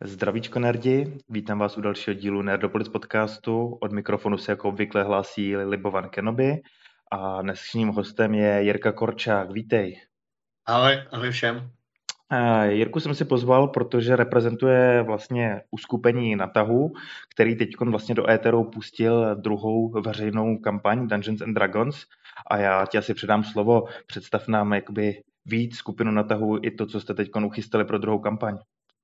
Zdravíčko nerdi, vítám vás u dalšího dílu Nerdopolis podcastu. Od mikrofonu se jako obvykle hlásí Libovan Kenobi a dnešním hostem je Jirka Korčák. Vítej. Ahoj všem. Jirku jsem si pozval, protože reprezentuje vlastně uskupení Na tahu, který teď vlastně do éteru pustil druhou veřejnou kampaň Dungeons and Dragons a já ti asi předám slovo. Představ nám jakoby víc skupinu Na tahu i to, co jste teď uchystali pro druhou kampaň.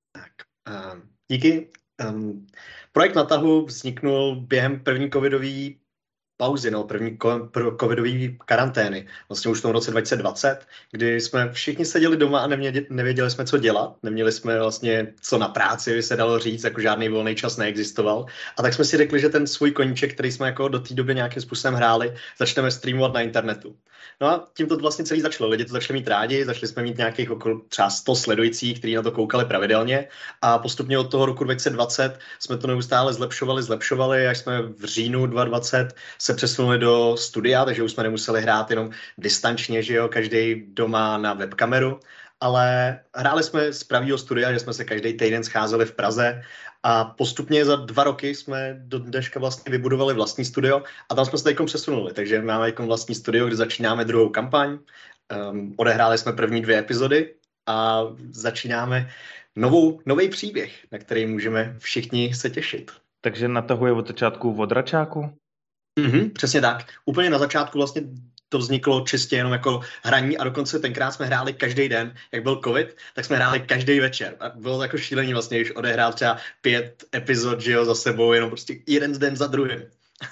Díky. Projekt Na tahu vzniknul během první covidové pauzy, první covidové karantény, vlastně už v tom roce 2020, kdy jsme všichni seděli doma a nevěděli jsme, co dělat. Neměli jsme vlastně co na práci, by se dalo říct, jako žádný volný čas neexistoval. A tak jsme si řekli, že ten svůj koníček, který jsme jako do té doby nějakým způsobem hráli, začneme streamovat na internetu. No a tím to vlastně celý začalo. Lidi to začali mít rádi, začali jsme mít nějakých okolo třeba 100 sledujících, kteří na to koukali pravidelně a postupně od toho roku 2020 jsme to neustále zlepšovali, až jsme v říjnu 2020 se přesunuli do studia, takže už jsme nemuseli hrát jenom distančně, že jo, každý doma na webkameru, ale hráli jsme z pravýho studia, že jsme se každý týden scházeli v Praze a postupně za 2 roky jsme do dneška vlastně vybudovali vlastní studio a tam jsme se teďkom přesunuli, takže máme teďkom vlastní studio, kde začínáme druhou kampaň, odehráli jsme první 2 epizody a začínáme nový příběh, na který můžeme všichni se těšit. Takže Na tahu je od začátku od dračáku? Přesně tak. Úplně na začátku vlastně to vzniklo čistě jenom jako hraní a dokonce tenkrát jsme hráli každý den, jak byl covid, tak jsme hráli každý večer. A bylo to jako šílení vlastně, když odehrál třeba 5 epizod, že jo, za sebou, jenom prostě jeden den za druhým.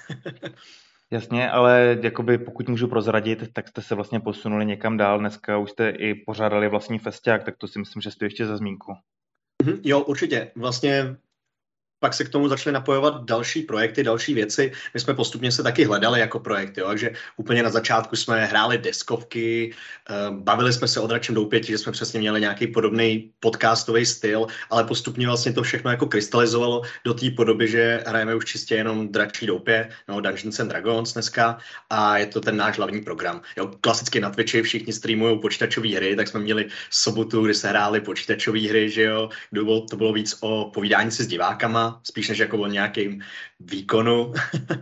Jasně, ale jakoby pokud můžu prozradit, tak jste se vlastně posunuli někam dál. Dneska už jste i pořádali vlastní festiák, tak to si myslím, že stojí ještě za zmínku. Jo, určitě. Vlastně pak se k tomu začaly napojovat další projekty, další věci. My jsme postupně se taky hledali jako projekt, jo? Takže úplně na začátku jsme hráli deskovky, bavili jsme se o Dračím doupěti, že jsme přesně měli nějaký podobný podcastový styl, ale postupně vlastně to všechno jako krystalizovalo do té podoby, že hrajeme už čistě jenom Dračí doupě, no Dungeons and Dragons dneska a je to ten náš hlavní program. Jo, klasicky na Twitchi všichni streamují počítačové hry, tak jsme měli sobotu, kdy se hráli počítačové hry, že jo, to bylo víc o povídání si s divákama, spíš než jako o nějakým výkonu.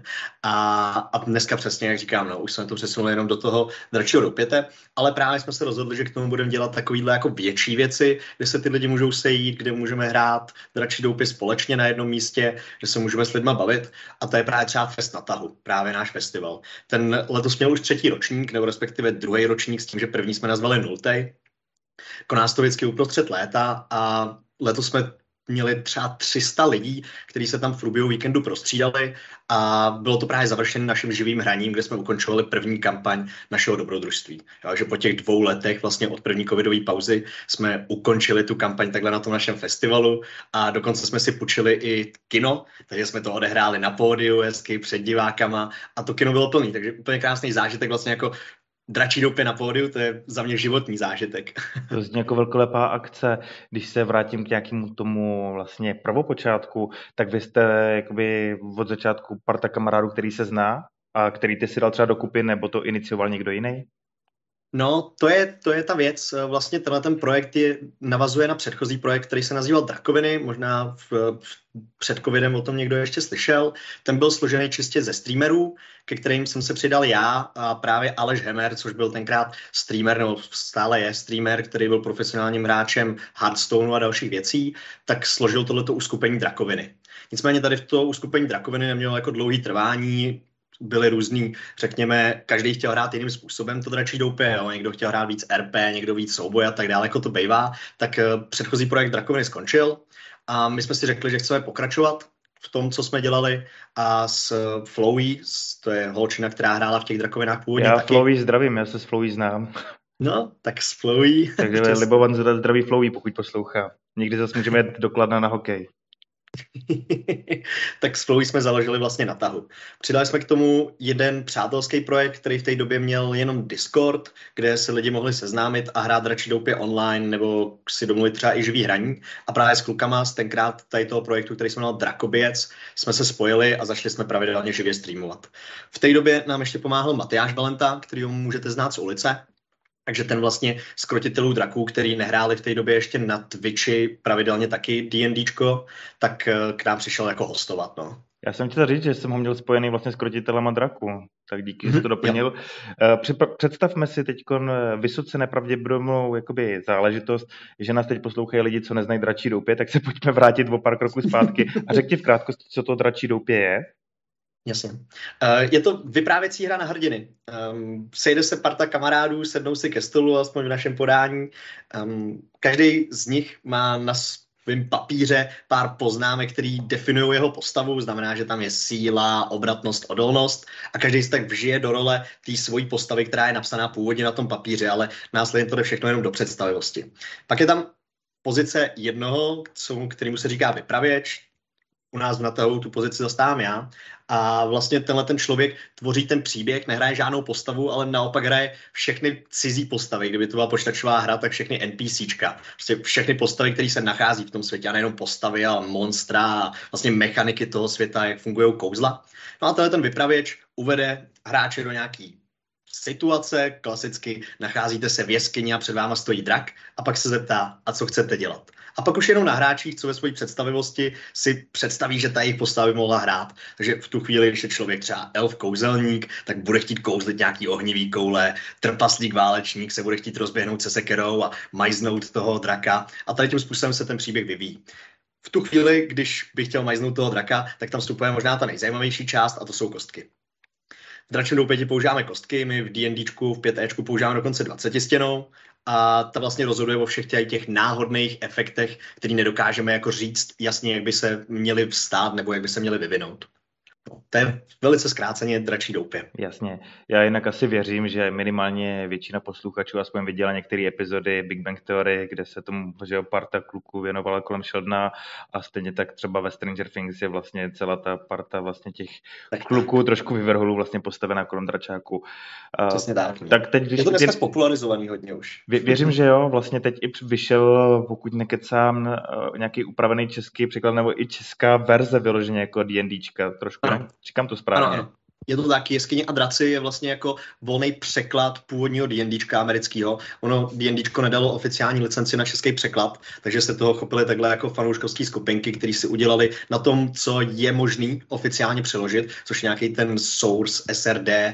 a dneska přesně, jak říkám, už jsme to přesunuli jenom do toho Dračího doupěte, ale právě jsme se rozhodli, že k tomu budeme dělat takovýhle jako větší věci, kde se ty lidi můžou sejít, kde můžeme hrát Dračí doupě společně na jednom místě, že se můžeme s lidma bavit a to je právě třeba Fest Na tahu, právě náš festival. Ten letos měl už 3. ročník, nebo respektive 2. ročník s tím, že první jsme nazvali 0. Koná se to vždycky uprostřed léta a letos jsme měli třeba 300 lidí, kteří se tam v průběhu víkendu prostřídali a bylo to právě završené naším živým hraním, kde jsme ukončovali první kampaň našeho dobrodružství. Takže po těch 2 letech vlastně od první covidové pauzy jsme ukončili tu kampaň takhle na tom našem festivalu a dokonce jsme si půjčili i kino, takže jsme to odehráli na pódiu hezky před divákama a to kino bylo plný, takže úplně krásný zážitek vlastně jako Dračí doupě na pódiu, to je za mě životní zážitek. To zní jako velkolepá akce. Když se vrátím k nějakému tomu vlastně prvopočátku, tak vy jste jakoby od začátku parta kamarádů, který se zná a který ty si dal třeba dokupy, nebo to inicioval někdo jiný? No, to je ta věc. Vlastně ten projekt navazuje na předchozí projekt, který se nazýval Drakoviny. Možná před covidem o tom někdo ještě slyšel. Ten byl složený čistě ze streamerů, ke kterým jsem se přidal já a právě Aleš Hemer, což byl tenkrát streamer, nebo stále je streamer, který byl profesionálním hráčem Hearthstoneu a dalších věcí, tak složil tohleto uskupení Drakoviny. Nicméně tady v to uskupení Drakoviny nemělo jako dlouhý trvání, byly různý, řekněme, každý chtěl hrát jiným způsobem to Dračí doupě, jo? Někdo chtěl hrát víc RP, někdo víc souboj a tak dále, jako to bývá, tak předchozí projekt Drakoviny skončil a my jsme si řekli, že chceme pokračovat v tom, co jsme dělali a s Flowey, to je holčina, která hrála v těch Drakovinách původně Já taky. Flowey zdravím, já se s Flowey znám. No, tak s Flowey. Takže Libovan zdraví Flowey, pokud poslouchá. Někdy zase můžeme jít do Kladna na hokej. Tak s Flowey jsme založili vlastně Na tahu. Přidali jsme k tomu jeden přátelský projekt, který v té době měl jenom Discord, kde se lidi mohli seznámit a hrát Dračí doupě online nebo si domluvit třeba i živý hraní. A právě s klukama z tenkrát tady toho projektu, který jsme měl Drakoběc, jsme se spojili a začali jsme pravidelně živě streamovat. V té době nám ještě pomáhal Matyáš Valenta, kterýho můžete znát z ulice. Takže ten vlastně z krotitelů draků, který nehráli v té době ještě na Twitchi pravidelně taky D&Dčko, tak k nám přišel jako hostovat, no. Já jsem chtěl říct, že jsem ho měl spojený vlastně s krotitelema draku, tak díky, že jsi to doplnil. Představme si teď vysoce nepravděpodobnou jakoby záležitost, že nás teď poslouchají lidi, co neznají dračí doupě, tak se pojďme vrátit o pár kroků zpátky a řekni v krátkosti, co to dračí doupě je. Jasně. Je to vyprávěcí hra na hrdiny. Sejde se parta kamarádů, sednou si ke stolu, aspoň v našem podání. Každý z nich má na svém papíře pár poznámek, které definují jeho postavu, znamená, že tam je síla, obratnost, odolnost a každý si tak vžije do role té svojí postavy, která je napsaná původně na tom papíře, ale následně to jde všechno jenom do představivosti. Pak je tam pozice jednoho, kterému se říká vypravěč. U nás v Natahu tu pozici zastávám já a vlastně tenhle ten člověk tvoří ten příběh, nehraje žádnou postavu, ale naopak hraje všechny cizí postavy. Kdyby to byla počítačová hra, tak všechny NPCčka. Prostě všechny postavy, které se nachází v tom světě, a nejenom postavy, ale monstra a vlastně mechaniky toho světa, jak fungují kouzla. No a tenhle ten vypravěč uvede hráče do nějaký situace, klasicky nacházíte se v jeskyni a před váma stojí drak a pak se zeptá, a co chcete dělat. A pak už jenom na hráčích, co ve své představivosti si představí, že ta jejich postava by mohla hrát. Takže v tu chvíli, když je člověk třeba elf kouzelník, tak bude chtít kouzlit nějaký ohnivý koule, trpaslík válečník se bude chtít rozběhnout se sekerou a majznout toho draka. A tady tím způsobem se ten příběh vyvíjí. V tu chvíli, když bych chtěl majznout toho draka, tak tam vstupuje možná ta nejzajímavější část a to jsou kostky. V Dračím doupěti používáme kostky, my v D&Dčku, v 5Ečku používáme dokonce 20 stěnou a ta vlastně rozhoduje o všech těch náhodných efektech, který nedokážeme jako říct jasně, jak by se měly vstát nebo jak by se měly vyvinout. No, to je velice zkráceně Dračí doupě. Jasně. Já jinak asi věřím, že minimálně většina posluchačů aspoň viděla některé epizody Big Bang Theory, kde se tomu, že parta kluků věnovala kolem Sheldona a stejně tak třeba ve Stranger Things je vlastně celá ta parta vlastně těch kluků trošku vyvrholů vlastně postavená kolem dračáku. Přesně tak. Tak teď, je to dneska spopularizovaný hodně už. Věřím, že jo, vlastně teď i vyšel, pokud nekecám, nějaký upravený český překlad nebo i česká verze vyloženě jako D&Dčka trošku, ne? Říkám to správně. Ano. Je to tak, Jeskyně a draci je vlastně jako volný překlad původního D&Dčka amerického. Ono D&Dčko nedalo oficiální licenci na český překlad, takže se toho chopili takhle jako fanouškovský skupinky, který si udělali na tom, co je možný oficiálně přeložit, což nějaký ten Source, SRD,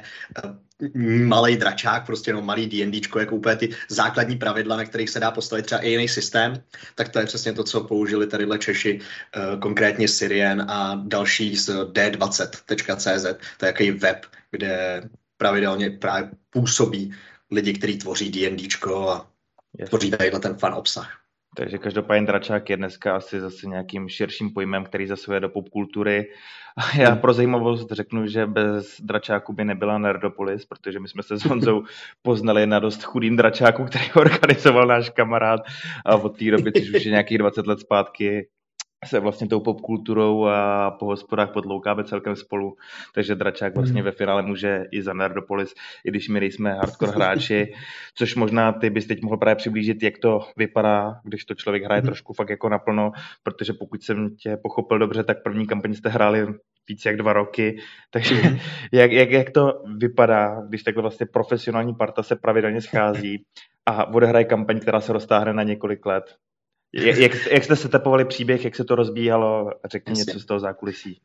malej dračák, prostě no malý D&Dčko, jako úplně ty základní pravidla, na kterých se dá postavit třeba i jiný systém, tak to je přesně to, co použili tadyhle Češi, konkrétně Syrian a další z d20.cz, to je jaký web, kde pravidelně právě působí lidi, kteří tvoří D&Dčko a tvoří tadyhle ten fan obsah. Takže každopádně dračák je dneska asi zase nějakým širším pojmem, který zasahuje do popkultury. A já pro zajímavost řeknu, že bez dračáku by nebyla Nerdopolis, protože my jsme se s Honzou poznali na dost chudým dračáku, který organizoval náš kamarád a od té doby, což už je nějakých 20 let zpátky, se vlastně tou popkulturou a po hospodách podloukáme celkem spolu, takže dračák vlastně ve finále může i za Nerdopolis, i když my nejsme hardcore hráči, což možná ty bys teď mohl právě přiblížit, jak to vypadá, když to člověk hraje trošku fakt jako naplno, protože pokud jsem tě pochopil dobře, tak první kampaň jste hráli víc jak 2 roky, takže jak to vypadá, když takhle vlastně profesionální parta se pravidelně schází a odehraje kampaň, která se roztáhne na několik let. Jak jste setupovali příběh, jak se to rozbíhalo? Řekni něco z toho zákulisí.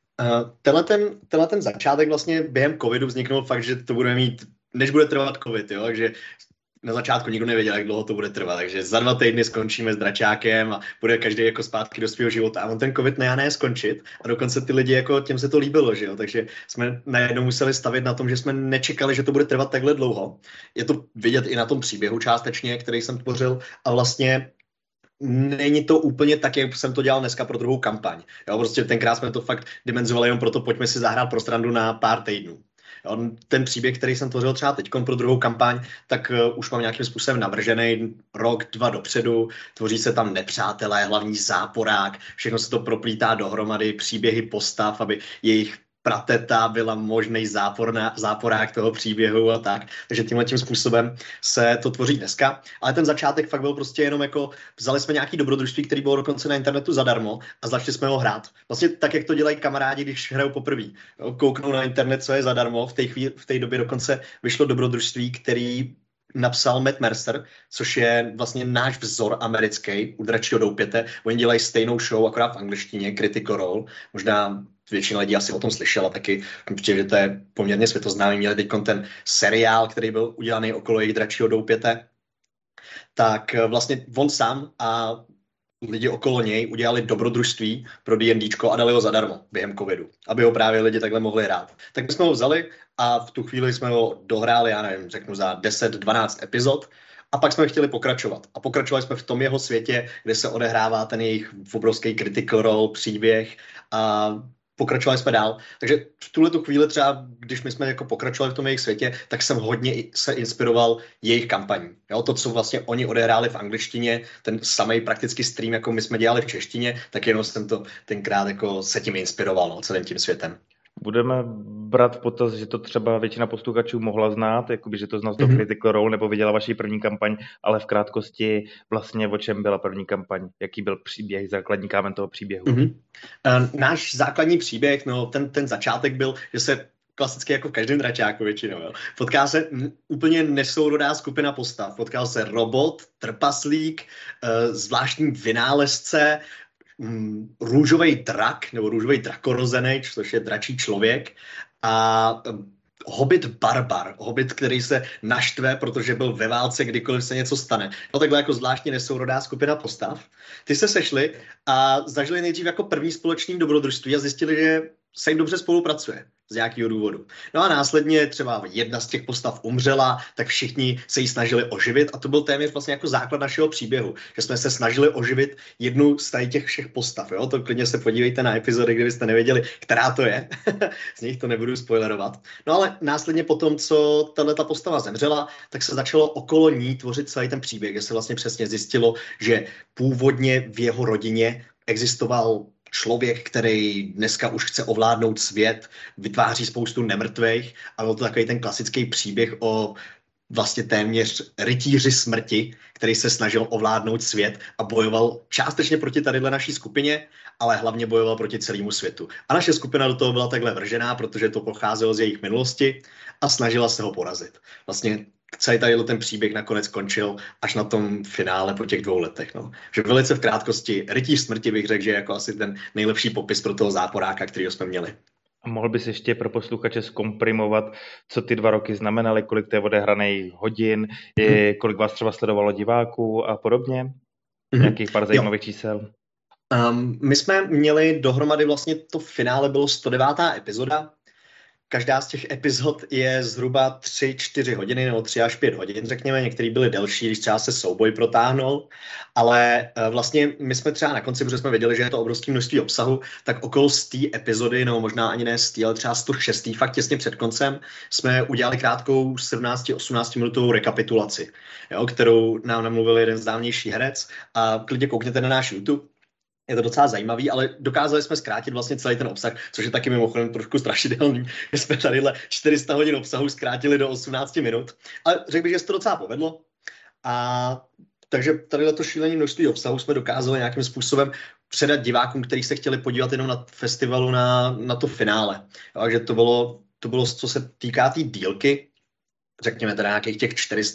Tenhle ten začátek vlastně během covidu vzniknul fakt, že to bude mít, než bude trvat covid, jo? Takže na začátku nikdo nevěděl, jak dlouho to bude trvat, takže za 2 týdny skončíme s dračákem a bude každý jako zpátky do svého života. A on ten covid ne skončit a dokonce ty lidi, jako těm se to líbilo, že jo? Takže jsme najednou museli stavit na tom, že jsme nečekali, že to bude trvat takhle dlouho. Je to vidět i na tom příběhu částečně, který jsem tvořil a vlastně není to úplně tak, jak jsem to dělal dneska pro druhou kampaň. Jo, prostě tenkrát jsme to fakt dimenzovali jenom proto, pojďme si zahrát pro srandu na pár týdnů. Jo, ten příběh, který jsem tvořil třeba teď pro druhou kampaň, tak už mám nějakým způsobem navržený 1-2 dopředu, tvoří se tam nepřátelé, hlavní záporák, všechno se to proplítá dohromady, příběhy postav, aby jejich prateta byla možný záporák toho příběhu a tak. Takže tímhletím způsobem se to tvoří dneska. Ale ten začátek fakt byl prostě jenom jako, vzali jsme nějaký dobrodružství, který bylo dokonce na internetu zadarmo a začali jsme ho hrát. Vlastně tak, jak to dělají kamarádi, když hrajou poprvé. Kouknou na internet, co je zadarmo. V té době dokonce vyšlo dobrodružství, který napsal Matt Mercer, což je vlastně náš vzor americký u Dračího doupěte. Oni dělají stejnou show, akorát v angličtině, Critical Role. Možná většina lidí asi o tom slyšela taky, protože to je poměrně světoznámý. Měli teď ten seriál, který byl udělaný okolo jejich Dračího doupěte. Tak vlastně on sám a lidi okolo něj udělali dobrodružství pro D&Dčko a dali ho zadarmo během covidu, aby ho právě lidi takhle mohli hrát. Tak my jsme ho vzali a v tu chvíli jsme ho dohráli, já nevím, řeknu za 10-12 epizod a pak jsme chtěli pokračovat. A pokračovali jsme v tom jeho světě, kde se odehrává ten jejich obrovský critical role, příběh a pokračovali jsme dál. Takže v tuhle tu chvíli třeba, když my jsme jako pokračovali v tom jejich světě, tak jsem hodně se inspiroval jejich kampaní. Jo, to, co vlastně oni odehráli v angličtině, ten samý prakticky stream, jako my jsme dělali v češtině, tak jenom jsem to tenkrát jako se tím inspiroval, no, celým tím světem. Budeme brát v potaz, že to třeba většina posluchačů mohla znát, jakoby, že to znal z toho Critical Role nebo viděla vaši první kampaň, ale v krátkosti vlastně o čem byla první kampaň, jaký byl příběh, základní kámen toho příběhu. Náš základní příběh, no ten začátek byl, že se klasicky jako v každém dračáku většinou. Jo. Potká se úplně nesourodá skupina postav. Potkal se robot, trpaslík, zvláštní vynálezce, růžový drak, nebo růžový drakorozený, což je dračí člověk, a hobit barbar, hobit, který se naštve, protože byl ve válce, kdykoliv se něco stane. No takhle jako zvláštně nesourodá skupina postav. Ty se sešli a zažili nejdřív jako první společný dobrodružství a zjistili, že se jim dobře spolupracuje z nějakého důvodu. No a následně třeba jedna z těch postav umřela, tak všichni se jí snažili oživit a to byl téměř vlastně jako základ našeho příběhu, že jsme se snažili oživit jednu z těch všech postav. Jo? To klidně se podívejte na epizody, kdybyste nevěděli, která to je. Z nich to nebudu spoilerovat. No ale následně potom, co tato postava zemřela, tak se začalo okolo ní tvořit celý ten příběh, kde se vlastně přesně zjistilo, že původně v jeho rodině existoval člověk, který dneska už chce ovládnout svět, vytváří spoustu nemrtvých, ale byl to takový ten klasický příběh o vlastně téměř rytíři smrti, který se snažil ovládnout svět a bojoval částečně proti tadyhle naší skupině, ale hlavně bojoval proti celému světu. A naše skupina do toho byla takhle vržená, protože to pocházelo z jejich minulosti a snažila se ho porazit. Vlastně celý tady ten příběh nakonec skončil až na tom finále po těch 2 letech. No. Že velice v krátkosti rytíř smrti bych řekl, že je jako asi ten nejlepší popis pro toho záporáka, kterýho jsme měli. A mohl bys ještě pro posluchače zkomprimovat, co ty 2 roky znamenaly, kolik to je odehraných hodin, kolik vás třeba sledovalo diváků a podobně? Nějakých pár zajímavých čísel? My jsme měli dohromady vlastně to finále bylo 109. epizoda. Každá z těch epizod je zhruba 3-4 hodiny nebo 3 až 5 hodin, řekněme. Některý byly delší, když třeba se souboj protáhnul, ale vlastně my jsme třeba na konci, protože jsme věděli, že je to obrovské množství obsahu, tak okolo z té epizody, nebo možná ani ne z té, ale třeba 106. fakt těsně před koncem, jsme udělali krátkou 17-18 minutovou rekapitulaci, jo, kterou nám namluvil jeden zdávnější herec a klidně koukněte na náš YouTube. Je to docela zajímavý, ale dokázali jsme zkrátit vlastně celý ten obsah, což je taky mimochodem trošku strašidelný, že jsme tadyhle 400 hodin obsahu zkrátili do 18 minut. Ale řekl bych, že se to docela povedlo. A takže tadyhle to šílené množství obsahu jsme dokázali nějakým způsobem předat divákům, kteří se chtěli podívat jenom na festivalu na to finále. Takže to bylo, co se týká té dílky, řekněme teda nějakých těch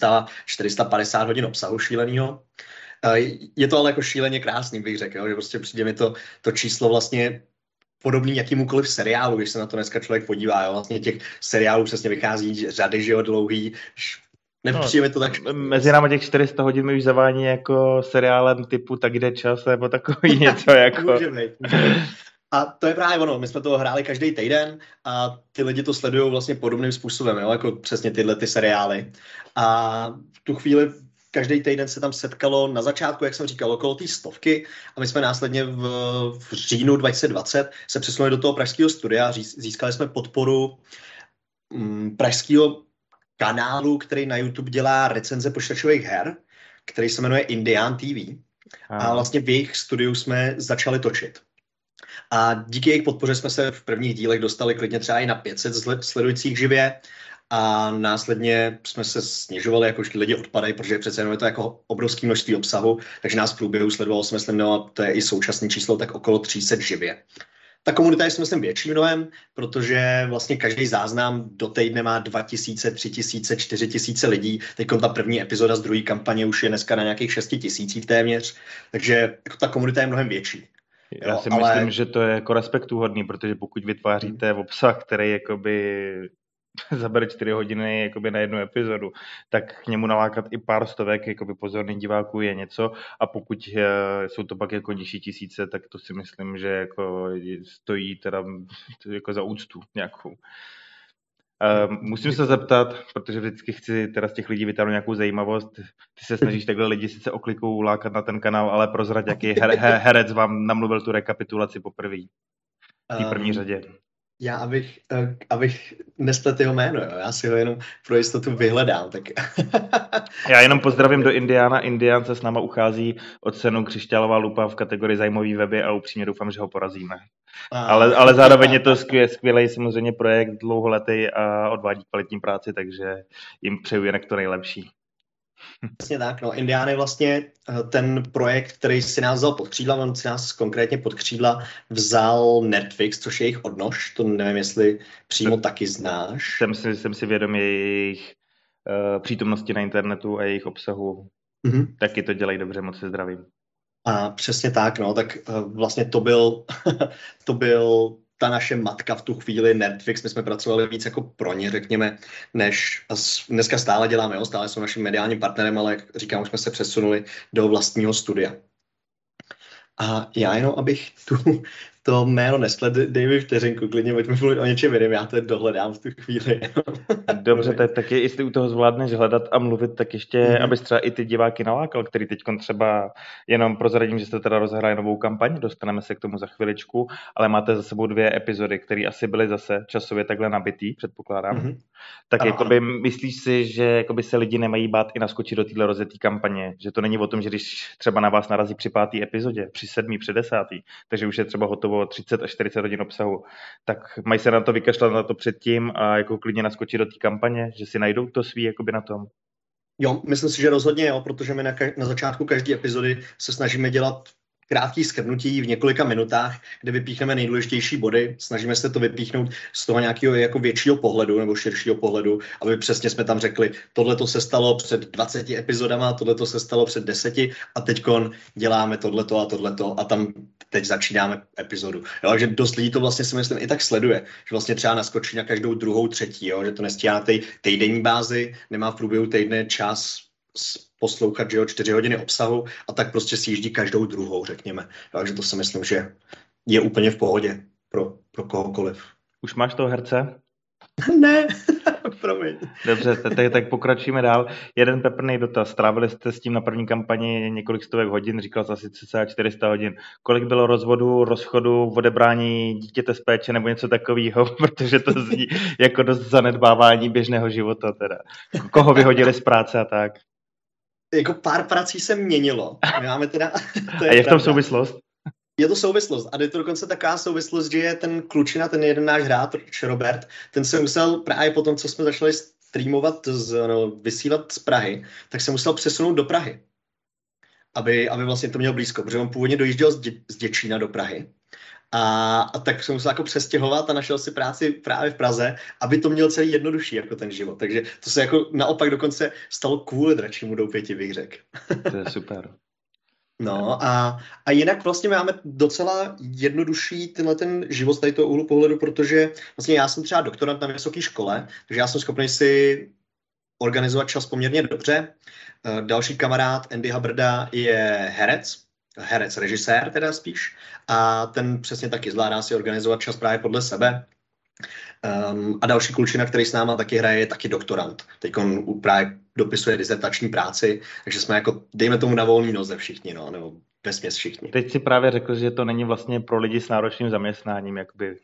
450 hodin obsahu šílenýho. Je to ale jako šíleně krásný, bych řekl, jo? Že prostě přijde mi to číslo vlastně podobný jakýmukoliv seriálu, když se na to dneska člověk podívá. Jo? Vlastně těch seriálů přesně vychází řady, že jo, dlouhý. Nepřijde mi to tak... Mezi námi těch 400 hodin mi už zavání jako seriálem typu Tak jde čas, nebo takový něco jako... Může být. A to je právě ono, my jsme toho hráli každý týden a ty lidi to sledují vlastně podobným způsobem, jo? Jako přesně tyhle ty seriály. A v tu chvíli každý týden se tam setkalo na začátku, jak jsem říkal, okolo té 100 a my jsme následně v říjnu 2020 se přesunuli do toho pražského studia a získali jsme podporu pražského kanálu, který na YouTube dělá recenze počítačových her, který se jmenuje Indian TV. A vlastně v jejich studiu jsme začali točit. A díky jejich podpoře jsme se v prvních dílech dostali klidně třeba i na 500 sledujících živě. A následně jsme se snižovali, jako už ty lidi odpadají, protože přece jenom je to jako obrovské množství obsahu, takže nás v průběhu sledovalo, si myslím, no, to je i současné číslo, tak okolo 300 živě. Ta komunita je, si myslím, větší mnohem, protože vlastně každý záznam do týdne má 2000, 3000, 4000 lidí. Teď ta první epizoda z druhé kampaně už je dneska na nějakých 6000 téměř, takže jako ta komunita je mnohem větší. Já Jo, si myslím, ale že to je jako respektuhodný, protože pokud vytváříte obsah, který jakoby zabere 4 hodiny jakoby na jednu epizodu, tak k němu nalákat i pár stovek jakoby pozorných diváků je něco, a pokud jsou to pak jako nižší tisíce, tak to si myslím, že jako stojí teda jako za úctu nějakou. Musím se zeptat, protože vždycky chci teda z těch lidí vytáhnout nějakou zajímavost. Ty se snažíš takhle lidi sice oklikou lákat na ten kanál, ale prozrať, jaký herec vám namluvil tu rekapitulaci poprvé v té první řadě. Já abych nesplet jeho jméno, jo. Já si ho jenom pro jistotu vyhledám. Tak... Já jenom pozdravím do Indiana. Indian se s náma uchází o cenu Křišťálová lupa v kategorii zajímavý weby a upřímně doufám, že ho porazíme. Ale zároveň je to skvělý samozřejmě projekt, dlouholetý a odvádí kvalitní práci, takže jim přeju jinak to nejlepší. Přesně tak, no. Indián je vlastně ten projekt, který si nás vzal pod křídla, on si nás konkrétně pod křídla vzal Netflix, což je jejich odnož, to nevím, jestli přímo taky znáš. Jsem si vědom jejich přítomnosti na internetu a jejich obsahu. Taky to dělají dobře, moc se zdravím. A přesně tak, no, tak vlastně to byl ta naše matka v tu chvíli, Netflix. My jsme pracovali víc jako pro ně, řekněme, než dneska stále děláme, jo, stále jsou naším mediálním partnerem, ale jak říkám, už jsme se přesunuli do vlastního studia. A já jenom, abych to jméno nesplet, dej mi vteřinku, klidně pojďme mluvit o něčem jiném, já to dohledám v tu chvíli. Dobře, tak jestli u toho zvládneš hledat a mluvit, tak ještě, abys třeba i ty diváky nalákal, který teď třeba jenom prozradím, že jste teda rozhráli novou kampaň, dostaneme se k tomu za chviličku, ale máte za sebou 2 epizody, které asi byly zase časově takhle nabitý, předpokládám. Tak jakoby myslíš si, že jakoby se lidi nemají bát i naskočit do téhle rozjetý kampaně, že to není o tom, že když třeba na vás narazí při 5. epizodě, při 7., při 10., takže už je třeba hotovo 30 až 40 hodin obsahu, tak mají se na to vykašlat na to předtím a jako klidně naskočit do té kampaně, že si najdou to svý jakoby na tom? Jo, myslím si, že rozhodně jo, protože my na začátku každé epizody se snažíme dělat krátký shrnutí v několika minutách, kde vypíchneme nejdůležitější body. Snažíme se to vypíchnout z toho nějakého jako většího pohledu nebo širšího pohledu, aby přesně jsme tam řekli, tohleto se stalo před 20 epizodama, tohleto se stalo před 10 a teďkon děláme tohleto a tam teď začínáme epizodu. Jo, takže dost lidí to vlastně si myslím i tak sleduje, že vlastně třeba naskočí na každou druhou, třetí, jo, že to nestíhá na té týdenní bázi, nemá v průběhu týdne čas poslouchat, že jo, 4 hodiny obsahu a tak prostě si jíždí každou druhou, řekněme. Takže to si myslím, že je úplně v pohodě pro kohokoliv. Už máš toho herce? Ne, promiň. Dobře, tak pokračujeme dál. Jeden peprný dotaz. Strávili jste s tím na první kampani několik stovek hodin, říkal jsi asi cca 400 hodin. Kolik bylo rozvodu, rozchodu, odebrání dítěte z péče nebo něco takového, protože to zní jako dost zanedbávání běžného života teda. Koho vyhodili z práce a tak? Jako pár prací se měnilo. My máme teda, to je a je v tom souvislost? Je to souvislost. A je to dokonce taková souvislost, že je ten klučina, ten jeden náš hráč, Robert, ten se musel právě po tom, co jsme začali streamovat, vysílat z Prahy, tak se musel přesunout do Prahy. Aby vlastně to měl blízko, protože on původně dojížděl z Děčína do Prahy. A tak se musel jako přestěhovat a našel si práci právě v Praze, aby to měl celý jednodušší jako ten život. Takže to se jako naopak dokonce stalo kvůli dračímu doupěti, bych řekl. To je super. No a jinak vlastně máme docela jednodušší tenhle ten život z tady toho úhlu pohledu, protože vlastně já jsem třeba doktorant na vysoké škole, takže já jsem schopný si organizovat čas poměrně dobře. Další kamarád Andy Hubbardda je herec, režisér teda spíš, a ten přesně taky zvládá si organizovat čas právě podle sebe. A další klučina, který s náma taky hraje, je taky doktorant. Teď on právě dopisuje dizertační práci, takže jsme jako, dejme tomu na volný noze všichni, no, nebo vesměs všichni. Teď si právě řekl, že to není vlastně pro lidi s náročným zaměstnáním, jakoby.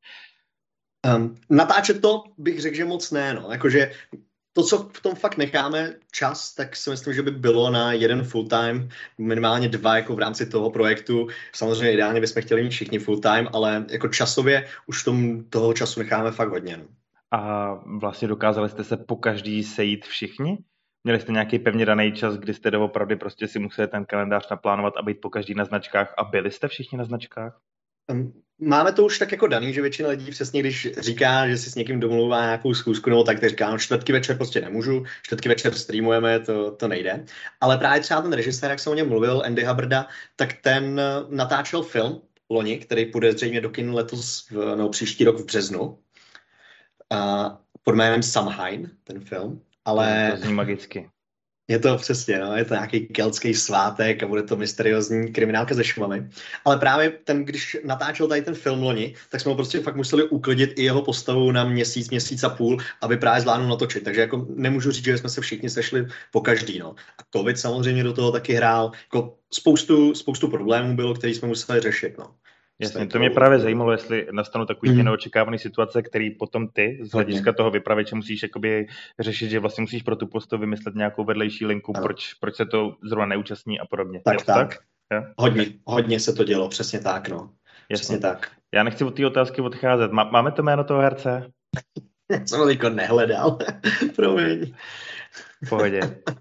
Natáčet to bych řekl, že moc ne, no, jakože to, co v tom fakt necháme čas, tak si myslím, že by bylo na jeden full time, minimálně 2 jako v rámci toho projektu. Samozřejmě ideálně bychom chtěli mít všichni full time, ale jako časově už toho času necháme fakt hodně. No. A vlastně dokázali jste se po každý sejít všichni? Měli jste nějaký pevně daný čas, kdy jste doopravdy prostě si museli ten kalendář naplánovat a být po každý na značkách a byli jste všichni na značkách? Máme to už tak jako daný, že většina lidí přesně, když říká, že si s někým domluvá nějakou schůzku, nebo tak říká, no čtvrtky večer prostě nemůžu, čtvrtky večer streamujeme, to nejde. Ale právě třeba ten režisér, jak jsem o něm mluvil, Andy Hubbarda, tak ten natáčel film loni, který půjde zřejmě do kin letos, no příští rok v březnu, pod jménem Samhain, ten film. Ale To zní magicky. je to přesně, no, je to nějaký keltský svátek a bude to mysteriózní kriminálka se šumami. Ale právě ten, když natáčel tady ten film loni, tak jsme ho prostě fakt museli uklidit i jeho postavu na měsíc, měsíc a půl, aby právě zvládnul natočit. Takže jako nemůžu říct, že jsme se všichni sešli po každý. No. A covid samozřejmě do toho taky hrál. Jako spoustu problémů bylo, které jsme museli řešit. No. Jasně, to mě právě zajímalo, jestli nastanou takový neočekávané situace, který potom ty z hlediska toho vypravěče musíš jakoby řešit, že vlastně musíš pro tu postavu vymyslet nějakou vedlejší linku, proč se to zrovna neúčastní a podobně. Tak. Hodně se to dělo, přesně tak, no. Přesně tak. Já nechci od té otázky odcházet. Máme to jméno toho herce? Jsem ho teďko nehledal. Promiň. V pohodě.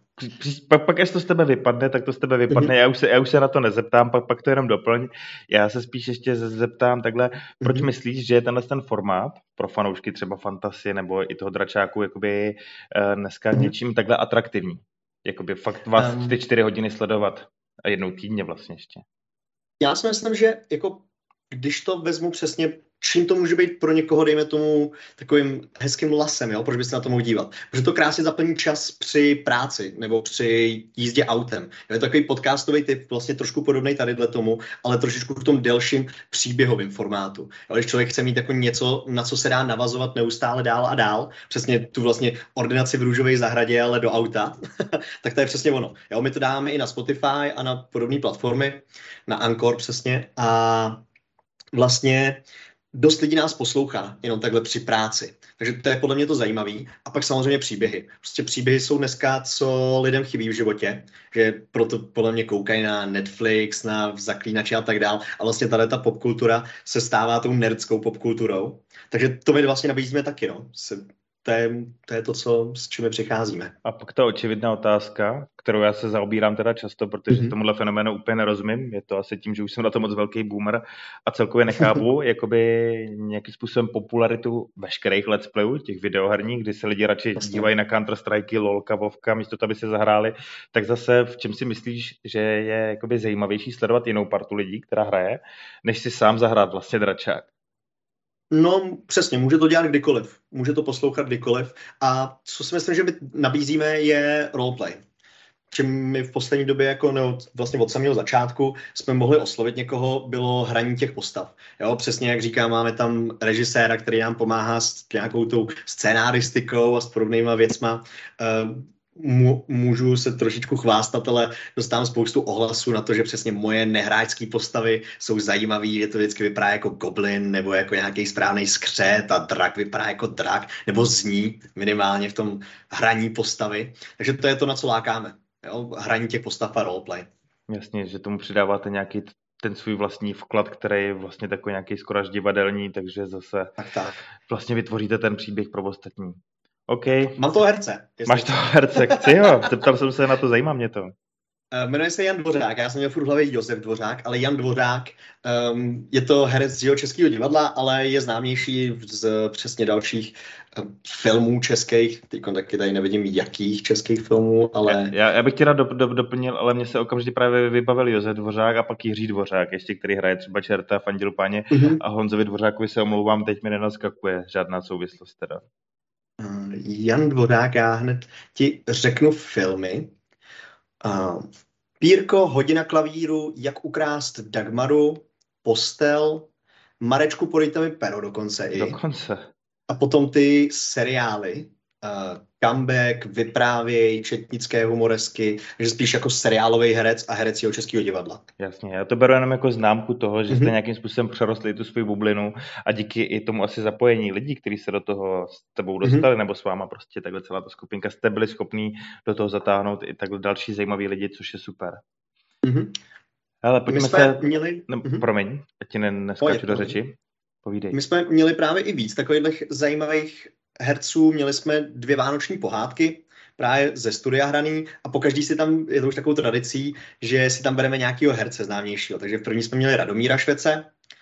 Pak až to z tebe vypadne, tak to z tebe vypadne. Já už se na to nezeptám, pak to jenom doplň. Já se spíš ještě zeptám takhle, proč myslíš, že je ten formát pro fanoušky třeba Fantasy nebo i toho dračáku jakoby dneska něčím takhle atraktivní? Jakoby fakt vás ty 4 hodiny sledovat a jednou týdně vlastně ještě. Já si myslím, že jako když to vezmu přesně, čím to může být pro někoho, dejme tomu, takovým hezkým lasem, jo? Proč by se na to mohl dívat? Protože to krásně zaplní čas při práci nebo při jízdě autem. Je to takový podcastový typ, vlastně trošku podobný tadyhle tomu, ale trošičku v tom delším příběhovém formátu. Jo? Když člověk chce mít jako něco, na co se dá navazovat neustále dál a dál, přesně tu vlastně ordinaci v růžové zahradě, ale do auta, tak to je přesně ono. Jo? My to dáme i na Spotify a na podobné platformy, na Anchor přesně a vlastně dost lidí nás poslouchá jenom takhle při práci. Takže to je podle mě to zajímavý. A pak samozřejmě příběhy. Prostě příběhy jsou dneska, co lidem chybí v životě, že proto podle mě koukají na Netflix, na Zaklínače a tak dál. A vlastně ta popkultura se stává tou nerdskou popkulturou. Takže to my vlastně nabízíme taky, no. To je to, s čím my přicházíme. A pak ta očividná otázka, kterou já se zaobírám teda často, protože tomuhle fenoménu úplně nerozumím. Je to asi tím, že už jsem na to moc velký boomer a celkově nechápu jakoby nějakým způsobem popularitu veškerých let's playů, těch videoherních, kdy se lidi radši dívají na Counter-Strike, LOLka, Vovka, místo toho, aby se zahráli. Tak zase v čem si myslíš, že je jakoby zajímavější sledovat jinou partu lidí, která hraje, než si sám zahrát vlastně dračák? No přesně, může to dělat kdykoliv, může to poslouchat kdykoliv a co si myslím, že my nabízíme je roleplay. Čím my v poslední době, jako vlastně od samého začátku, jsme mohli oslovit někoho, bylo hraní těch postav. Jo, přesně jak říkám, máme tam režiséra, který nám pomáhá s nějakou tou scénáristikou a s podobnýma věcma. Můžu se trošičku chvástat, ale dostávám spoustu ohlasů na to, že přesně moje nehráčské postavy jsou zajímavý, že to vždycky vypadá jako goblin nebo jako nějaký správný skřet a drak vypadá jako drak, nebo zní minimálně v tom hraní postavy. Takže to je to, na co lákáme. Jo? Hraní těch postav a roleplay. Jasně, že tomu přidáváte nějaký ten svůj vlastní vklad, který je vlastně takový nějaký skoro až divadelní, takže zase tak. Vlastně vytvoříte ten příběh pro ostatní. OK. Mám toho herce. Máš toho herce, chci ho. Zeptal jsem se na to, zajímá mě to. Jmenuje se Jan Dvořák, já jsem měl furt v hlavě Josef Dvořák, ale Jan Dvořák je to herec z Jihočeského divadla, ale je známější z přesně dalších filmů českých, teď taky tady nevidím jakých českých filmů, ale... Já bych tě rád doplnil, ale mně se okamžitě právě vybavil Josef Dvořák a pak Jiří Dvořák, ještě který hraje třeba Čerta v Andělu Páně a Honzovi Dvořákovi se omlouvám, teď mi nenaskakuje žádná souvislost teda. Jan Dvořák, já hned ti řeknu filmy. Pírko, Hodina klavíru, Jak ukrást Dagmaru, Postel, Marečku, podejte mi pero dokonce i. Dokonce. A potom ty seriály, Comeback, Vyprávěj, četnické humoresky, že spíš jako seriálový herec a herec Jihočeského divadla. Jasně, já to beru jenom jako známku toho, že jste nějakým způsobem přerostli tu svou bublinu a díky i tomu asi zapojení lidí, kteří se do toho s tebou dostali, nebo s váma prostě takhle celá ta skupinka, jste byli schopní do toho zatáhnout i takhle další zajímaví lidi, což je super. Ale pojďme se... Promiň, ať ti neskáču do řeči. Povídej. My jsme měli právě i víc takových zajímavých herců, měli jsme 2 vánoční pohádky, právě ze studia hraný a pokaždý si tam, je to už takovou tradicí, že si tam bereme nějakého herce známějšího. Takže v první jsme měli Radomíra Švece,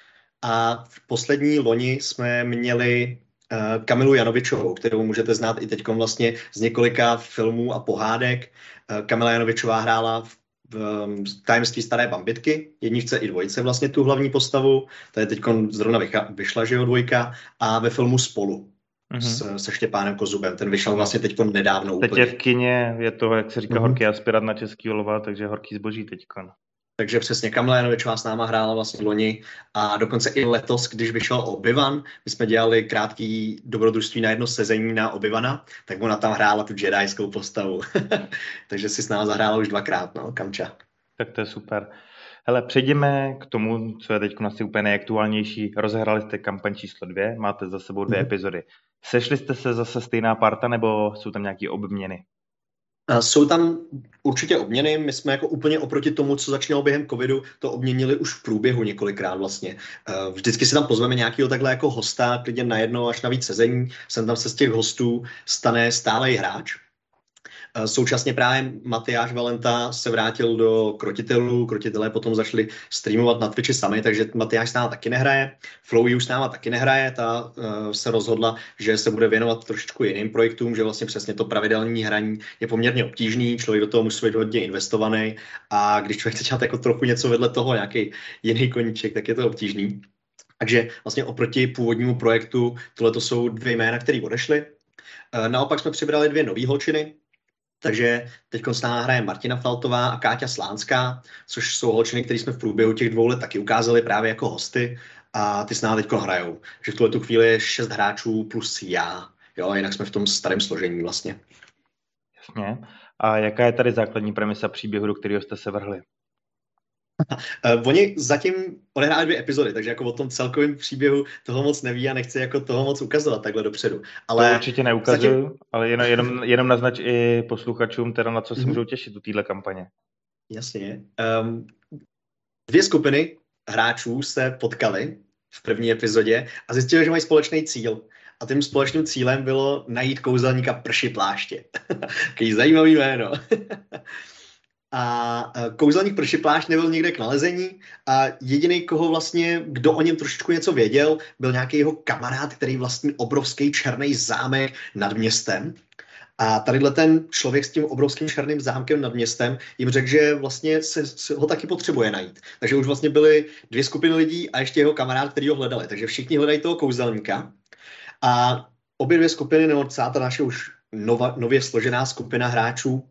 A v poslední loni jsme měli Kamilu Janovičovou, kterou můžete znát i teď vlastně z několika filmů a pohádek. Kamila Janovičová hrála v Tajemství staré bambitky, jedničce i dvojce vlastně tu hlavní postavu, to je teď zrovna vyšla, že jo, dvojka, a ve filmu Spolu se Štěpánem Kozubem, ten vyšel vlastně teď nedávno úplně. Teď je v kině, je to, jak se říká, horký aspirant na český lova, takže horký zboží teďkon. Takže přesně Kamila Janovičová s náma hrála vlastně loni a dokonce i letos, když vyšel Obi-Wan, my jsme dělali krátký dobrodružství na jedno sezení na Obi-Wana, tak ona tam hrála tu jedajskou postavu. Takže si s náma zahrála už dvakrát, no, Kamča. Tak to je super. Hele, přejdeme k tomu, co je teď asi úplně nejaktuálnější. Rozehráli jste kampaň číslo 2, máte za sebou 2 epizody. Sešli jste se zase stejná parta, nebo jsou tam nějaké obměny? Jsou tam určitě obměny, my jsme jako úplně oproti tomu, co začínalo během covidu, to obměnili už v průběhu několikrát vlastně. Vždycky si tam pozveme nějakého takhle jako hosta, klidně na jedno až na víc sezení, sem tam se z těch hostů stane stálej hráč. Současně právě Matyáš Valenta se vrátil do Krotitelů, Krotitelé potom začali streamovat na Twitchi sami, takže Matyáš s náma taky nehraje, Flowey už s náma taky nehraje, ta se rozhodla, že se bude věnovat trošičku jiným projektům, že vlastně přesně to pravidelné hraní je poměrně obtížný, člověk do toho musí být hodně investovaný a když člověk chce dělat jako trochu něco vedle toho, nějaký jiný koníček, tak je to obtížný. Takže vlastně oproti původnímu projektu tohle jsou 2 jména, které odešly. Naopak jsme přibrali 2 nový holčiny. Takže teď s námi hraje Martina Faltová a Káťa Slánská, což jsou holčiny, které jsme v průběhu těch 2 let taky ukázali právě jako hosty a ty s námi teď hrajou. Že v tuhle chvíli je 6 hráčů plus já. Jo, jinak jsme v tom starém složení vlastně. Jasně. A jaká je tady základní premisa příběhu, do kterého jste se vrhli? Oni zatím odehráli 2 epizody, takže jako o tom celkovém příběhu toho moc neví a nechci jako toho moc ukazovat takhle dopředu. Ale to určitě neukazuju, ale jenom naznač i posluchačům, teda na co se můžou těšit u téhle kampaně. Jasně. 2 skupiny hráčů se potkali v první epizodě a zjistili, že mají společný cíl. A tím společným cílem bylo najít kouzelníka Prši pláště. Takový zajímavý jméno. A kouzelník Prši plášť nebyl nikde k nalezení a jediný, kdo o něm trošičku něco věděl, byl nějaký jeho kamarád, který vlastní obrovský černý zámek nad městem. A tadyhle ten člověk s tím obrovským černým zámkem nad městem jim řekl, že vlastně se ho taky potřebuje najít. Takže už vlastně byly 2 skupiny lidí a ještě jeho kamarád, který ho hledali. Takže všichni hledají toho kouzelníka. A obě 2 skupiny, nebo celá ta naše už nově složená skupina hráčů,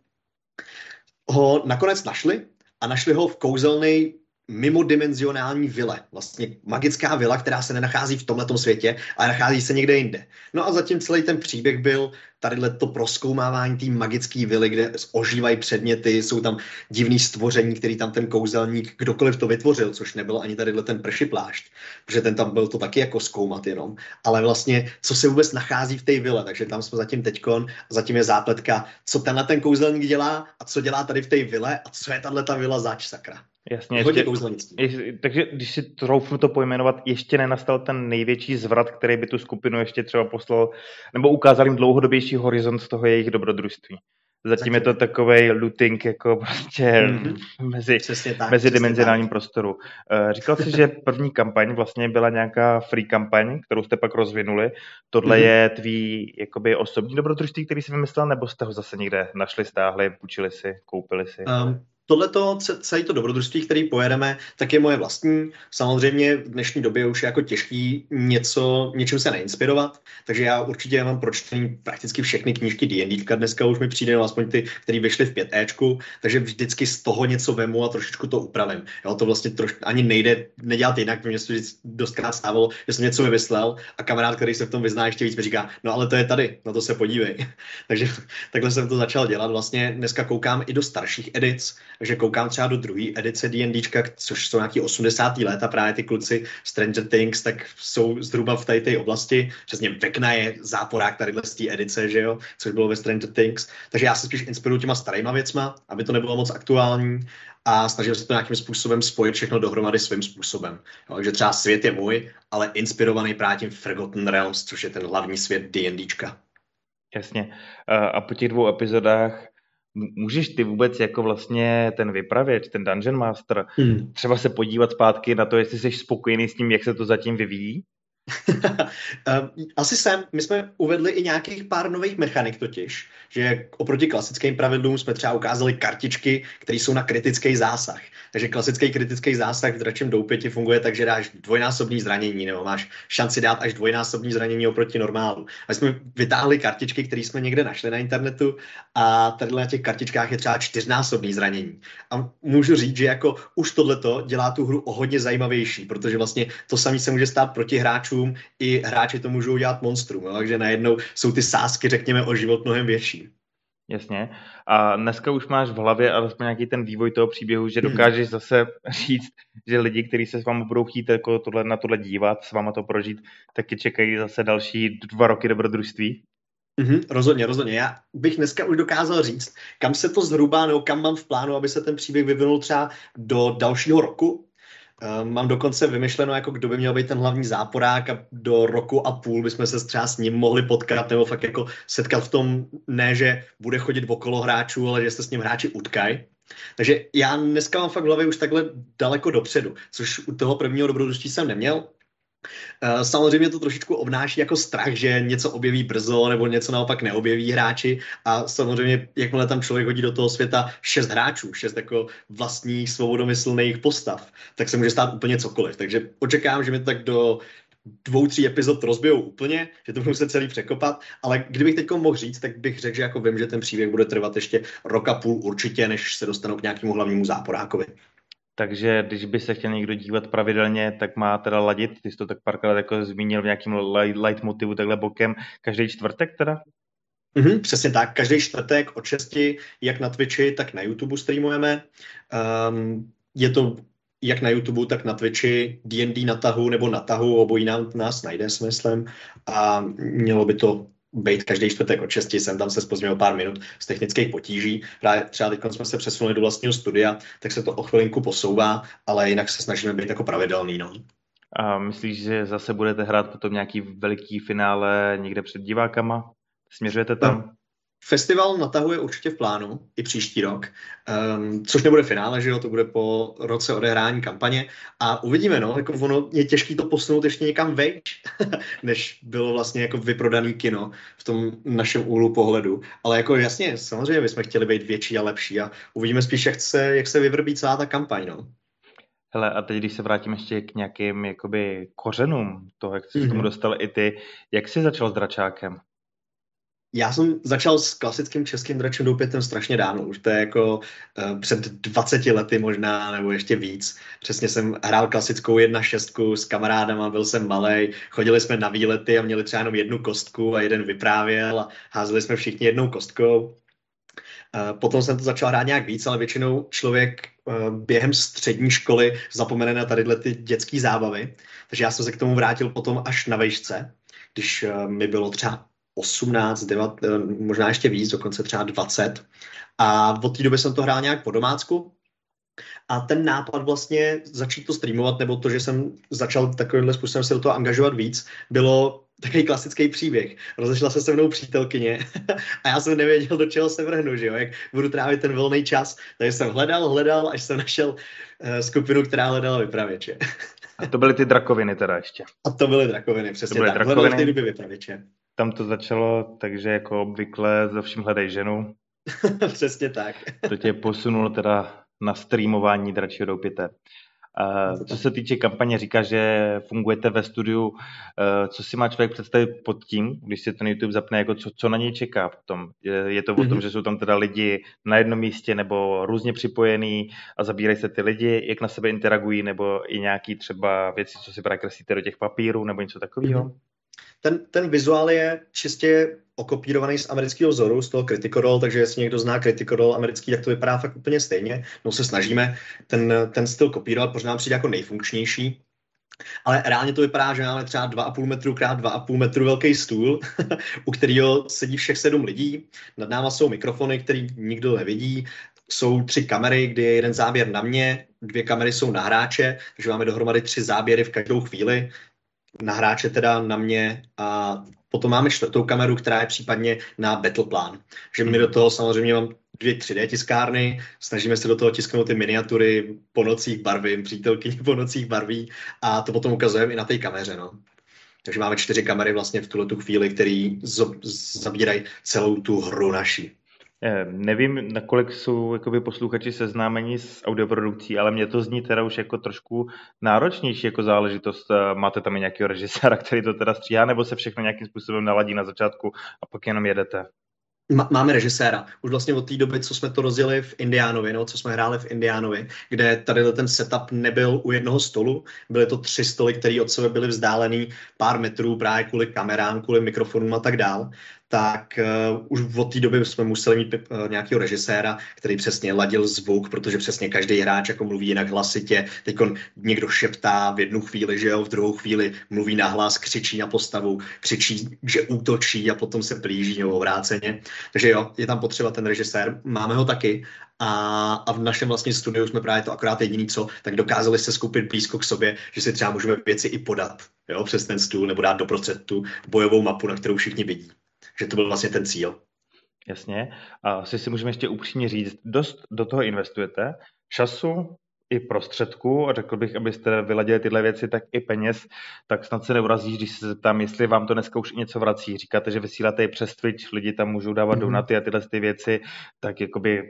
ho nakonec našli a našli ho v kouzelné mimodimenzionální vile. Vlastně magická vila, která se nenachází v tomhletom světě, ale nachází se někde jinde. No a zatím celý ten příběh byl tadyhleto prozkoumávání té magické vily, kde ožívají předměty, jsou tam divný stvoření, který tam ten kouzelník, kdokoliv to vytvořil, což nebyl ani tadyhle ten Prši plášť, protože ten tam byl to taky jako zkoumat jenom, ale vlastně, co se vůbec nachází v té vile, takže tam jsme zatím teďkon, zatím je zápletka, co tenhle ten kouzelník dělá a co dělá tady v té vile a co je tato vila zač, sakra. Jasně, takže když si troufnu to pojmenovat, ještě nenastal ten největší zvrat, který by tu skupinu ještě třeba poslal, nebo ukázal jim dlouhodobější horizont z toho jejich dobrodružství. Zatím je to takovej looting jako prostě mezi dimenzionálním prostoru. Říkal jsi, že první kampaň vlastně byla nějaká free kampaň, kterou jste pak rozvinuli. Tohle je tvý jakoby osobní dobrodružství, který jsi vymyslel, nebo jste ho zase někde našli, stáhli, půjčili si, koupili si? Tohleto, celé to dobrodružství, který pojedeme, tak je moje vlastní. Samozřejmě v dnešní době už je jako těžký něčím se neinspirovat, takže já určitě mám pročtený prakticky všechny knížky D&Dčka dneska už mi přijde, no aspoň ty, které vyšly v 5Ečku, takže vždycky z toho něco vemu a trošičku to upravím. Jo, to vlastně ani nejde nedělat jinak, mě se dostkrát stávalo, že jsem něco vymyslel a kamarád, který se v tom vyzná ještě víc, mi říká, no ale to je tady, na to se podívej. Takže takhle jsem to začal dělat. Vlastně dneska koukám i do starších edic, takže koukám třeba do druhé edice D&Dčka, což jsou nějaký 80. léta, právě ty kluci Stranger Things, tak jsou zhruba v té oblasti. Přesně Vecna je záporák tadyhle z té edice, že jo, což bylo ve Stranger Things. Takže já se spíš inspiruju těma starýma věcma, aby to nebylo moc aktuální a snažím se to nějakým způsobem spojit všechno dohromady svým způsobem. Jo, takže třeba svět je můj, ale inspirovaný právě tím Forgotten Realms, což je ten hlavní svět D&Dčka. Jasně. A po těch 2 epizodách Můžeš ty vůbec jako vlastně ten vypravěč, ten Dungeon Master, Hmm. třeba se podívat zpátky na to, jestli jsi spokojený s tím, jak se to zatím vyvíjí? Asi jsem. My jsme uvedli i nějakých pár nových mechanik totiž, že oproti klasickým pravidlům jsme třeba ukázali kartičky, které jsou na kritický zásah. Takže klasický kritický zásah v dračím doupěti funguje tak, že dáš dvojnásobný zranění, nebo máš šanci dát až dvojnásobný zranění oproti normálu. A jsme vytáhli kartičky, které jsme někde našli na internetu a tady na těch kartičkách je třeba čtyřnásobný zranění. A můžu říct, že jako už tohleto dělá tu hru o hodně zajímavější, protože vlastně to samé se může stát proti hráčům, i hráči to můžou dělat monstrum, jo? Takže najednou jsou ty sázky, řekněme, o život mnohem větší. Jasně. A dneska už máš v hlavě alespoň nějaký ten vývoj toho příběhu, že dokážeš zase říct, že lidi, kteří se s vámi budou chtít jako na tohle dívat, s váma to prožít, taky čekají zase další 2 roky dobrodružství? Rozhodně, rozhodně. Já bych dneska už dokázal říct, kam se to zhruba, nebo kam mám v plánu, aby se ten příběh vyvinul třeba do dalšího roku. Mám dokonce vymyšleno, jako kdo by měl být ten hlavní záporák a do roku a půl bychom se třeba s ním mohli potkat nebo fakt jako setkat v tom, ne, že bude chodit okolo hráčů, ale že se s ním hráči utkají. Takže já dneska mám fakt v hlavě už takhle daleko dopředu, což u toho prvního dobrodružství jsem neměl. Samozřejmě to trošičku obnáší jako strach, že něco objeví brzo nebo něco naopak neobjeví hráči a samozřejmě jakmile tam člověk hodí do toho světa 6 hráčů, 6 jako vlastních svobodomyslných postav, tak se může stát úplně cokoliv. Takže očekávám, že mi to tak do 2-3 epizod rozbijou úplně, že to budu se celý překopat, ale kdybych teď mohl říct, tak bych řekl, že jako vím, že ten příběh bude trvat ještě rok a půl určitě, než se dostanou k nějakému hlavnímu záporákovi. Takže když by se chtěl někdo dívat pravidelně, tak má teda ladit, ty jsi to tak párkrát jako zmínil v nějakém leitmotivu takhle bokem, každý čtvrtek teda? Přesně tak, každý čtvrtek od 6, jak na Twitchi, tak na YouTube streamujeme. Je to jak na YouTube, tak na Twitchi, D&D na tahu nebo na tahu, obojí nás najde, si myslím. A mělo by to být každý čtvrtek od 6, jsem tam se spozděl pár minut z technických potíží. Právě třeba teď jsme se přesunuli do vlastního studia, tak se to o chvilinku posouvá, ale jinak se snažíme být jako pravidelný. No. A myslíš, že zase budete hrát potom nějaký veliký finále někde před divákama? Směřujete tam? Festival na tahu je určitě v plánu i příští rok, což nebude finále, že jo, to bude po roce odehrání kampaně a uvidíme, no, jako ono je těžké to posunout ještě někam vejš, než bylo vlastně jako vyprodaný kino v tom našem úhlu pohledu, ale jako jasně, samozřejmě bychom chtěli být větší a lepší a uvidíme spíš, jak se vyvrbí celá ta kampaň, no. Hele, a teď, když se vrátím ještě k nějakým jakoby kořenům toho, jak jsi k tomu dostal i ty, jak jsi začal s dračákem? Já jsem začal s klasickým českým dračím doupětem strašně dávno, už to je jako před 20 lety možná, nebo ještě víc. Přesně jsem hrál klasickou 1.6 s kamarádama, byl jsem malej, chodili jsme na výlety a měli třeba jenom jednu kostku a jeden vyprávěl a házeli jsme všichni jednou kostkou. Potom jsem to začal hrát nějak víc, ale většinou člověk během střední školy zapomene na tadyhle ty dětské zábavy. Takže já jsem se k tomu vrátil potom až na vejšce, když mi bylo třeba 18, 19, možná ještě víc, dokonce třeba 20. A od té doby jsem to hrál nějak po domácku. A ten nápad vlastně začít to streamovat, nebo to, že jsem začal takovýmhle způsobem se do toho angažovat víc, bylo takový klasický příběh. Rozešla se mnou přítelkyně a já jsem nevěděl, do čeho se vrhnu, že jo, jak budu trávit ten volný čas. Takže jsem hledal, až jsem našel skupinu, která hledala vypravěče. A to byly ty drakoviny teda ještě. A to byly drakoviny, přesně tak. Hledal v té době vypravěče. Tam to začalo, takže jako obvykle za vším hledej ženu. Přesně tak. To tě posunulo teda na streamování dračího doupěte. Co se týče kampaně, říká, že fungujete ve studiu. Co si má člověk představit pod tím, když si ten YouTube zapne, jako co na něj čeká potom? Je to o tom, že jsou tam teda lidi na jednom místě nebo různě připojení a zabírají se ty lidi, jak na sebe interagují, nebo i nějaký třeba věci, co si právě kreslíte do těch papírů nebo něco takového? Ten vizuál je čistě okopírovaný z amerického vzoru, z toho Critical Role, takže jestli někdo zná Critical Role americký, tak to vypadá fakt úplně stejně. No se snažíme ten styl kopírovat, protože nám přijde jako nejfunkčnější. Ale reálně to vypadá, že máme třeba 2,5 metru krát 2,5 metru velký stůl, u kterého sedí všech 7 lidí. Nad náma jsou mikrofony, který nikdo nevidí. Jsou 3 kamery, kdy je jeden záběr na mě, 2 kamery jsou na hráče, takže máme dohromady 3 záběry v každou chvíli. Na hráče teda, na mě a Potom máme čtvrtou kameru, která je případně na Battleplan. Že my do toho samozřejmě mám 2 3D tiskárny, snažíme se do toho tisknout ty miniatury, po nocích barvím, přítelkyni po nocích barví a to potom ukazujeme i na té kameře. No. Takže máme 4 kamery vlastně v tuhle tu chvíli, který zabírají celou tu hru naší. Nevím, nakolik jsou jakoby posluchači seznámeni s audioprodukcí, ale mě to zní teda už jako trošku náročnější jako záležitost. Máte tam i nějakého režiséra, který to teda stříhá, nebo se všechno nějakým způsobem naladí na začátku a pak jenom jedete? Máme režiséra. Už vlastně od té doby, co jsme to rozjeli v Indiánovi, no, co jsme hráli v Indiánovi, kde tady ten setup nebyl u jednoho stolu, byly to 3 stoly, které od sebe byly vzdálený pár metrů právě kvůli kamerám, kvůli mikrofonům a tak dál, tak už od té doby jsme museli mít nějakého režiséra, který přesně ladil zvuk, protože přesně každý hráč jako mluví jinak hlasitě. Teď někdo šeptá v jednu chvíli, že jo, v druhou chvíli mluví nahlas, křičí na postavu, křičí, že útočí a potom se plíží nebo obráceně. Takže jo, je tam potřeba ten režisér, máme ho taky a v našem vlastně studiu jsme právě to akorát jediný co, tak dokázali se skupit blízko k sobě, že si třeba můžeme věci i podat, jo, přes ten stůl nebo dát doprostřed tu bojovou mapu, na kterou všichni vidí. Že to byl vlastně ten cíl. Jasně. A asi si můžeme ještě upřímně říct, dost do toho investujete, času i prostředků, a řekl bych, abyste vyladili tyhle věci, tak i peněz, tak snad se neurazíš, když se tam, jestli vám to dneska už něco vrací. Říkáte, že vysíláte i přes Twitch, lidi tam můžou dávat donaty a tyhle ty věci, tak jakoby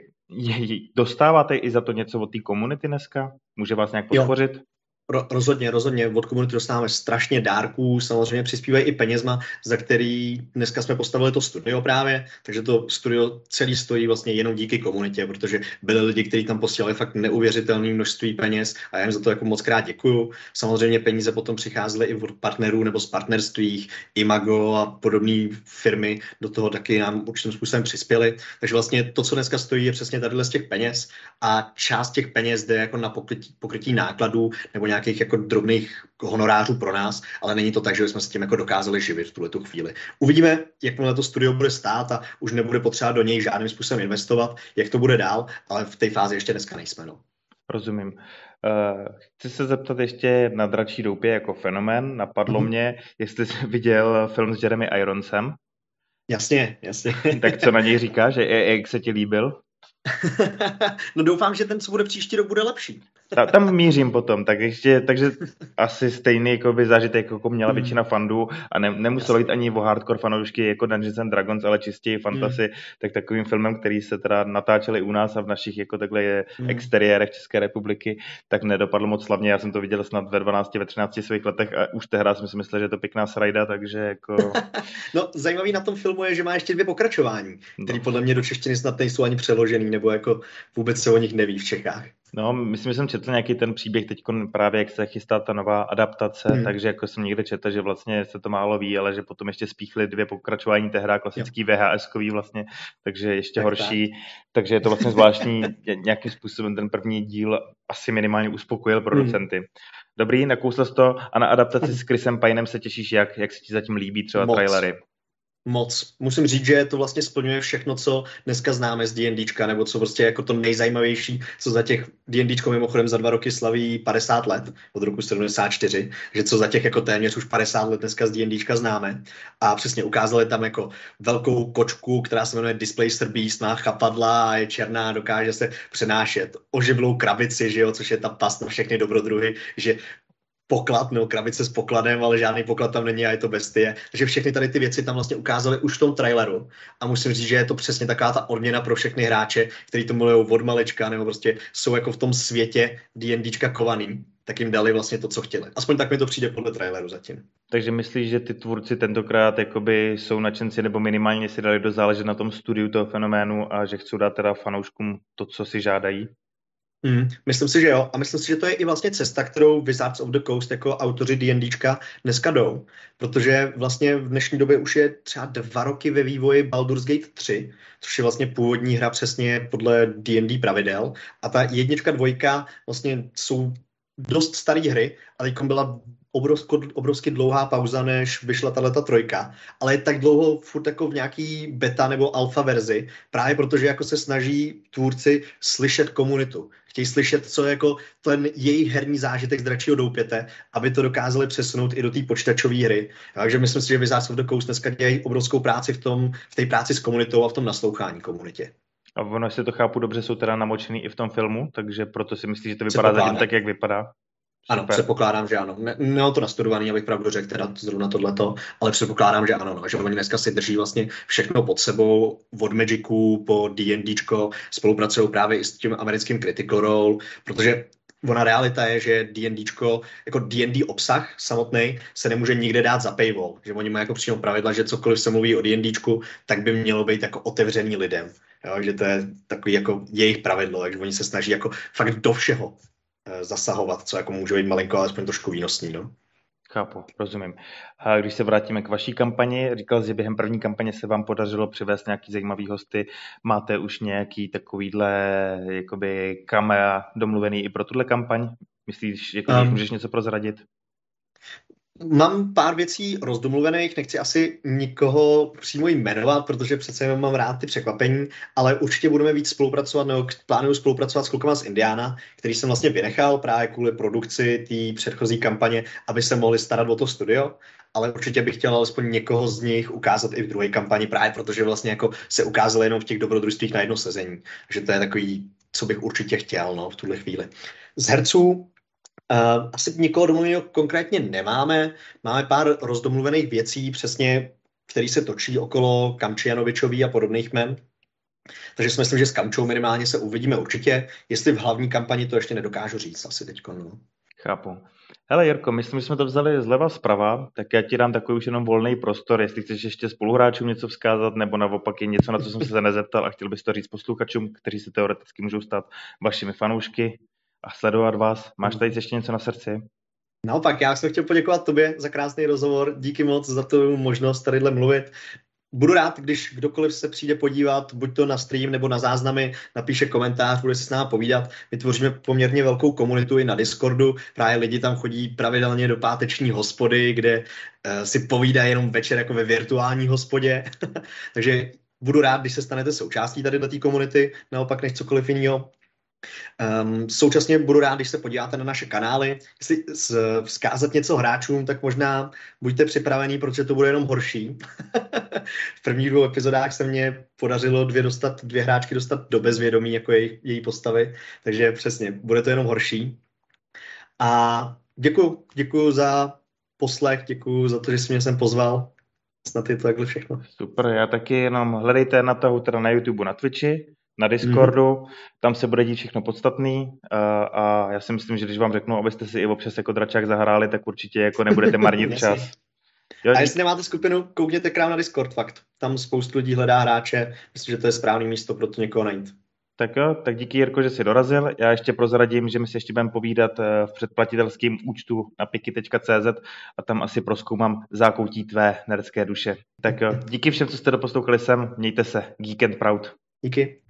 dostáváte i za to něco od té komunity dneska? Může vás nějak podpořit? Jo. Rozhodně. Od komunity dostáváme strašně dárků, samozřejmě přispívají i penězma, za který dneska jsme postavili to studio právě, takže to studio celý stojí vlastně jenom díky komunitě, protože byli lidi, kteří tam posílali fakt neuvěřitelné množství peněz a já jim za to jako moc krát děkuju. Samozřejmě peníze potom přicházely i od partnerů nebo z partnerství, Imago a podobné firmy do toho taky nám určitým způsobem přispěly. Takže vlastně to, co dneska stojí, je přesně tady z těch peněz a část těch peněz jde jako na pokrytí nákladů nebo nějakých jako drobných honorářů pro nás, ale není to tak, že jsme se tím jako dokázali živit v tuhletu chvíli. Uvidíme, jakmile to studio bude stát a už nebude potřeba do něj žádným způsobem investovat, jak to bude dál, ale v té fázi ještě dneska nejsme. No. Rozumím. Chci se zeptat ještě na Dračí doupě jako fenomén. Napadlo mě, jestli jsi viděl film s Jeremy Ironsem. Jasně. Tak co na něj říkáš? Jak se ti líbil? No doufám, že ten, co bude příští rok, bude lepší. Tam mířím potom, takže asi stejný jakoby zážitek, jako měla většina fandů a nemuselo jít ani o hardcore fanoušky jako Dungeons and Dragons, ale čistěji fantasy, tak takovým filmem, který se teda natáčeli u nás a v našich jako takhle exteriérech České republiky, tak nedopadlo moc slavně. Já jsem to viděl snad ve 12, ve 13 svých letech a už tehdy jsem si myslel, že je to pěkná srajda, takže jako... No zajímavý na tom filmu je, že má ještě 2 pokračování, které podle mě do češtiny snad nejsou ani přeložený, nebo jako vůbec se o nich neví v Čechách. No, myslím, že jsem četl nějaký ten příběh teď právě, jak se chystá ta nová adaptace, takže jako jsem někde četl, že vlastně se to málo ví, ale že potom ještě spíchli 2 pokračování té hry, klasický VHS-kový vlastně, takže ještě tak, horší, takže je to vlastně zvláštní, nějakým způsobem ten první díl asi minimálně uspokojil producenty. Dobrý, nakousl jsi to a na adaptaci s Chrisem Pineem se těšíš jak se ti zatím líbí třeba trailery? Moc. Musím říct, že to vlastně splňuje všechno, co dneska známe z D&Dčka, nebo co prostě jako to nejzajímavější, co za těch D&Dčko mimochodem za 2 roky slaví 50 let, od roku 74, že co za těch jako téměř už 50 let dneska z D&Dčka známe. A přesně ukázali tam jako velkou kočku, která se jmenuje Displacer Beast, má chapadla a je černá, dokáže se přenášet. Oživlou krabici, že jo, což je ta past na všechny dobrodruhy, že poklad, nebo krabice s pokladem, ale žádný poklad tam není a je to bestie. Takže všechny tady ty věci tam vlastně ukázali už v tom traileru. A musím říct, že je to přesně taková ta odměna pro všechny hráče, kteří to milují od malečka, nebo prostě jsou jako v tom světě D&Dčka kovaný, tak jim dali vlastně to, co chtěli. Aspoň tak mi to přijde podle traileru zatím. Takže myslíš, že ty tvůrci tentokrát jakoby jsou nadšenci, nebo minimálně si dali záležet na tom studiu toho fenoménu a že chcou dát teda fanouškům to, co si žádají? Myslím si, že jo. A myslím si, že to je i vlastně cesta, kterou Wizards of the Coast jako autoři D&Dčka dneska jdou. Protože vlastně v dnešní době už je třeba 2 roky ve vývoji Baldur's Gate 3, což je vlastně původní hra přesně podle D&D pravidel. A ta 1, 2 vlastně jsou dost staré hry a teď byla obrovsky dlouhá pauza, než vyšla tato trojka, ale je tak dlouho furt jako v nějaký beta nebo alfa verzi, právě protože jako se snaží tvůrci slyšet komunitu. Chtějí slyšet, co je jako ten jejich herní zážitek z Dračího doupěte, aby to dokázali přesunout i do té počítačové hry. Takže myslím si, že Wizards of the Coast dneska dělají obrovskou práci v té práci s komunitou a v tom naslouchání komunitě. A ono, jestli to chápu dobře, jsou teda namočený i v tom filmu, takže proto si myslíš, že to vypadá zatím tak, jak vypadá. Ano, předpokládám, že ano. Nemám to nastudovaný, abych pravdu řekl teda zrovna tohleto, ale předpokládám, že ano, no, že oni dneska si drží vlastně všechno pod sebou, od Magicu po D&Dčko, spolupracují právě i s tím americkým Critical Role, protože ona realita je, že D&Dčko, jako D&D obsah samotný se nemůže nikde dát za paywall, že oni mají jako přímo pravidla, že cokoliv se mluví o D&Dčku, tak by mělo být jako otevřený lidem. Jo, že to je takový jako jejich pravidlo, takže oni se snaží jako fakt do všeho zasahovat, co jako může být malinko, alespoň trošku výnosný, no. Chápu, rozumím. A když se vrátíme k vaší kampani, říkal jsi, že během první kampaně se vám podařilo přivést nějaký zajímavý hosty. Máte už nějaký takovýhle jakoby camea domluvený i pro tuhle kampaň? Myslíš, jako, že můžeš něco prozradit? Mám pár věcí rozdomluvených, nechci asi nikoho přímo jmenovat, protože přece jenom mám rád ty překvapení, ale určitě budeme víc spolupracovat, nebo plánuju spolupracovat s klukama z Indiana, který jsem vlastně vynechal právě kvůli produkci té předchozí kampaně, aby se mohli starat o to studio, ale určitě bych chtěl alespoň někoho z nich ukázat i v druhé kampani, právě protože vlastně jako se ukázalo jenom v těch dobrodružstvích na jedno sezení. Takže to je takový, co bych určitě chtěl, no, v tuhle chvíli. Z herců asi nikoho domluveného konkrétně nemáme. Máme pár rozdomluvených věcí, přesně, které se točí okolo Kamčianovičový a podobných men. Takže si myslím, že s Kamčou minimálně se uvidíme určitě. Jestli v hlavní kampani, to ještě nedokážu říct asi teďko. No. Chápu. Hele Jirko, myslím, že jsme to vzali zleva zprava, tak já ti dám takový už jenom volný prostor, jestli chceš ještě spoluhráčům něco vzkázat, nebo naopak je něco, na co jsem se nezeptal a chtěl bys to říct posluchačům, kteří se teoreticky můžou stát vašimi fanoušky a sledovat vás. Máš tady ještě něco na srdci? Naopak, já jsem chtěl poděkovat tobě za krásný rozhovor. Díky moc za tu možnost tadyhle mluvit. Budu rád, když kdokoliv se přijde podívat, buď to na stream nebo na záznamy, napíše komentář, bude si s námi povídat. My tvoříme poměrně velkou komunitu i na Discordu. Právě lidi tam chodí pravidelně do páteční hospody, kde si povídají jenom večer jako ve virtuální hospodě. Takže budu rád, když se stanete součástí tady té komunity, naopak než cokoliv jiného. Současně budu rád, když se podíváte na naše kanály. Jestli vzkázat něco hráčům, tak možná buďte připravení, protože to bude jenom horší. V prvních 2 epizodách se mně podařilo 2 hráčky dostat do bezvědomí jako její postavy, takže přesně, bude to jenom horší. A děkuju za poslech, děkuju za to, že jsi mě sem pozval. Snad je to takhle všechno. Super, já taky jenom hledejte na tahu teda na YouTube, na Twitchi, na Discordu, tam se bude dít všechno podstatný a já si myslím, že když vám řeknu, abyste si i občas jako dračák zahráli, tak určitě jako nebudete marnit čas. Jo, a jestli nemáte skupinu, koukněte k nám na Discord, fakt. Tam spoustu lidí hledá hráče, myslím, že to je správné místo pro to někoho najít. Tak jo, tak díky Jirko, že jsi dorazil. Já ještě prozradím, že my si ještě budeme povídat v předplatitelském účtu na piki.cz a tam asi prozkoumám zákoutí tvé nerdské duše. Tak jo, díky všem, co jste doposlouchali sem, mějte se, Geek and Proud. Díky.